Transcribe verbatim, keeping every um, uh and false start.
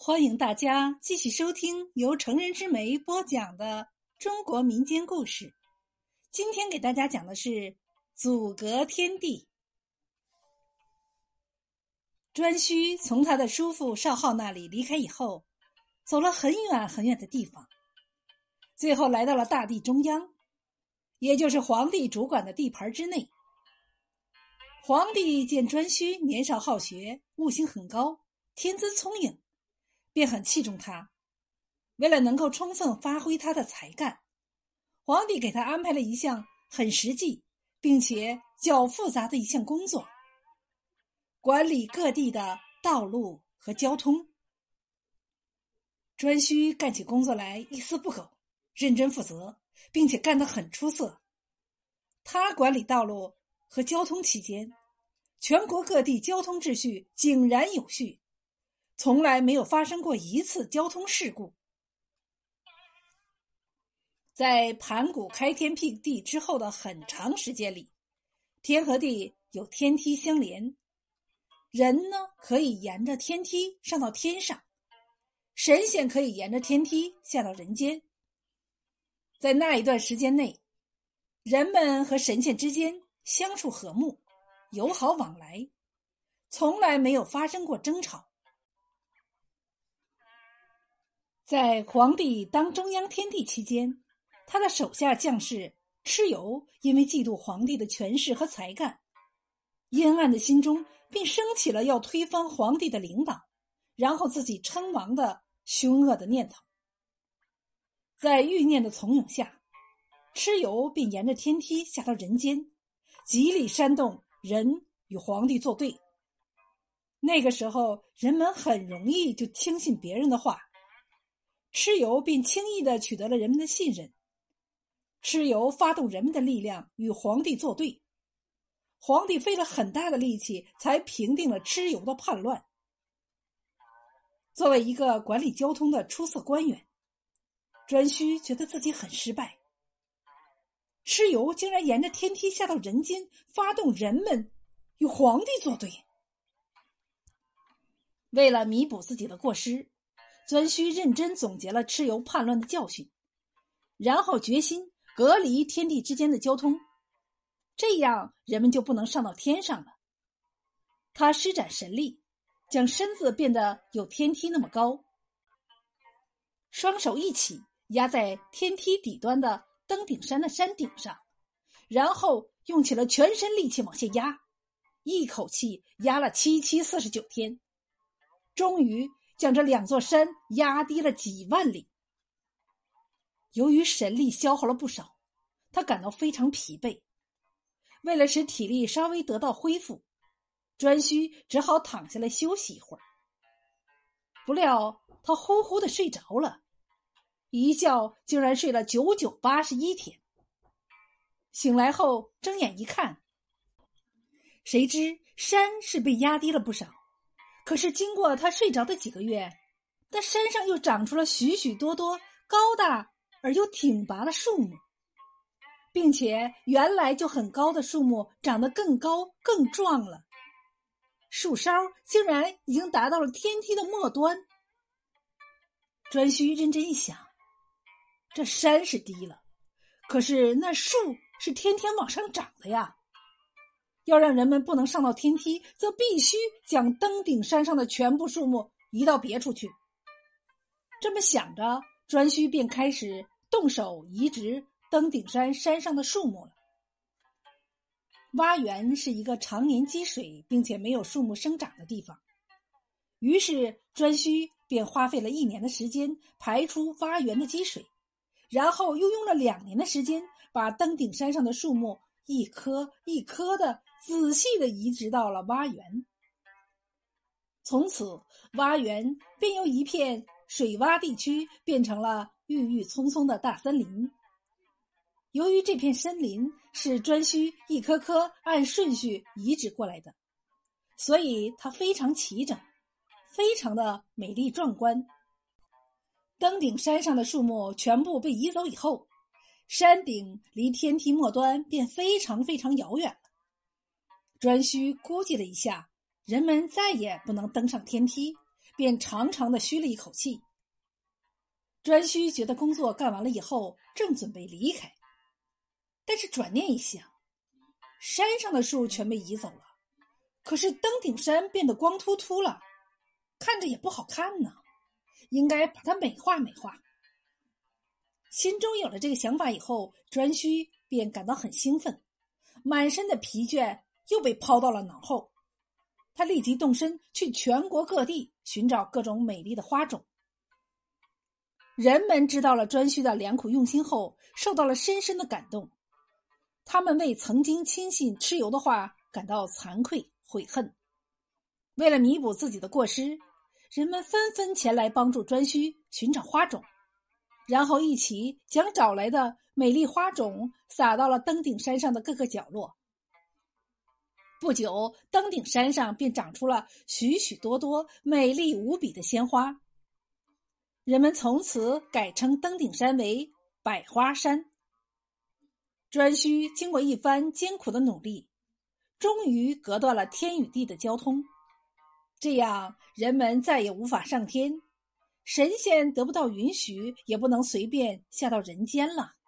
欢迎大家继续收听由成人之美播讲的中国民间故事。今天给大家讲的是阻隔天地。颛顼从他的叔父少昊那里离开以后，走了很远很远的地方，最后来到了大地中央，也就是皇帝主管的地盘之内。皇帝见颛顼年少好学，悟性很高，天资聪颖，便很器重他。为了能够充分发挥他的才干，皇帝给他安排了一项很实际并且较复杂的一项工作，管理各地的道路和交通。颛顼干起工作来一丝不苟，认真负责，并且干得很出色。他管理道路和交通期间，全国各地交通秩序井然有序，从来没有发生过一次交通事故。在盘古开天辟地之后的很长时间里，天和地有天梯相连，人呢可以沿着天梯上到天上，神仙可以沿着天梯下到人间。在那一段时间内，人们和神仙之间相处和睦，友好往来，从来没有发生过争吵。在皇帝当中央天帝期间，他的手下将士蚩尤因为嫉妒皇帝的权势和才干，阴暗的心中并升起了要推翻皇帝的领导，然后自己称王的凶恶的念头。在欲念的怂恿下，蚩尤便沿着天梯下到人间，极力煽动人与皇帝作对。那个时候人们很容易就轻信别人的话，蚩尤便轻易地取得了人们的信任。蚩尤发动人们的力量与皇帝作对，皇帝费了很大的力气才平定了蚩尤的叛乱。作为一个管理交通的出色官员，颛顼觉得自己很失败。蚩尤竟然沿着天梯下到人间，发动人们与皇帝作对。为了弥补自己的过失，颛顼认真总结了蚩尤叛乱的教训，然后决心隔离天地之间的交通，这样人们就不能上到天上了。他施展神力，将身子变得有天梯那么高，双手一起压在天梯底端的登顶山的山顶上，然后用起了全身力气往下压，一口气压了七七四十九天，终于将这两座山压低了几万里。由于神力消耗了不少，他感到非常疲惫。为了使体力稍微得到恢复，颛顼只好躺下来休息一会儿。不料他呼呼地睡着了，一觉竟然睡了九九八十一天。醒来后睁眼一看，谁知山是被压低了不少，可是经过他睡着的几个月，那山上又长出了许许多多高大而又挺拔的树木，并且原来就很高的树木长得更高更壮了，树梢竟然已经达到了天梯的末端。颛顼认真一想，这山是低了，可是那树是天天往上长的呀，要让人们不能上到天梯，则必须将登顶山上的全部树木移到别处去。这么想着，颛顼便开始动手移植登顶山山上的树木了。洼原是一个常年积水并且没有树木生长的地方，于是颛顼便花费了一年的时间排出洼原的积水，然后又用了两年的时间把登顶山上的树木一棵一棵的仔细地移植到了洼原。从此洼原便由一片水洼地区变成了郁郁葱葱的大森林。由于这片森林是颛顼一棵棵按顺序移植过来的，所以它非常齐整，非常的美丽壮观。登顶山上的树木全部被移走以后，山顶离天梯末端便非常非常遥远了。颛顼估计了一下，人们再也不能登上天梯， 便长长的吁了一口气。颛顼觉得工作干完了以后，正准备离开，但是转念一想，山上的树全被移走了，可是登顶山变得光秃秃了，看着也不好看呢，应该把它美化美化。心中有了这个想法以后，颛顼便感到很兴奋，满身的疲倦又被抛到了脑后。他立即动身去全国各地寻找各种美丽的花种。人们知道了颛顼的良苦用心后，受到了深深的感动。他们为曾经轻信蚩尤的话感到惭愧悔恨。为了弥补自己的过失，人们纷纷前来帮助颛顼寻找花种，然后一起将找来的美丽花种撒到了登顶山上的各个角落。不久，登顶山上便长出了许许多多美丽无比的鲜花。人们从此改称登顶山为百花山。颛顼经过一番艰苦的努力，终于隔断了天与地的交通，这样人们再也无法上天，神仙得不到允许，也不能随便下到人间了。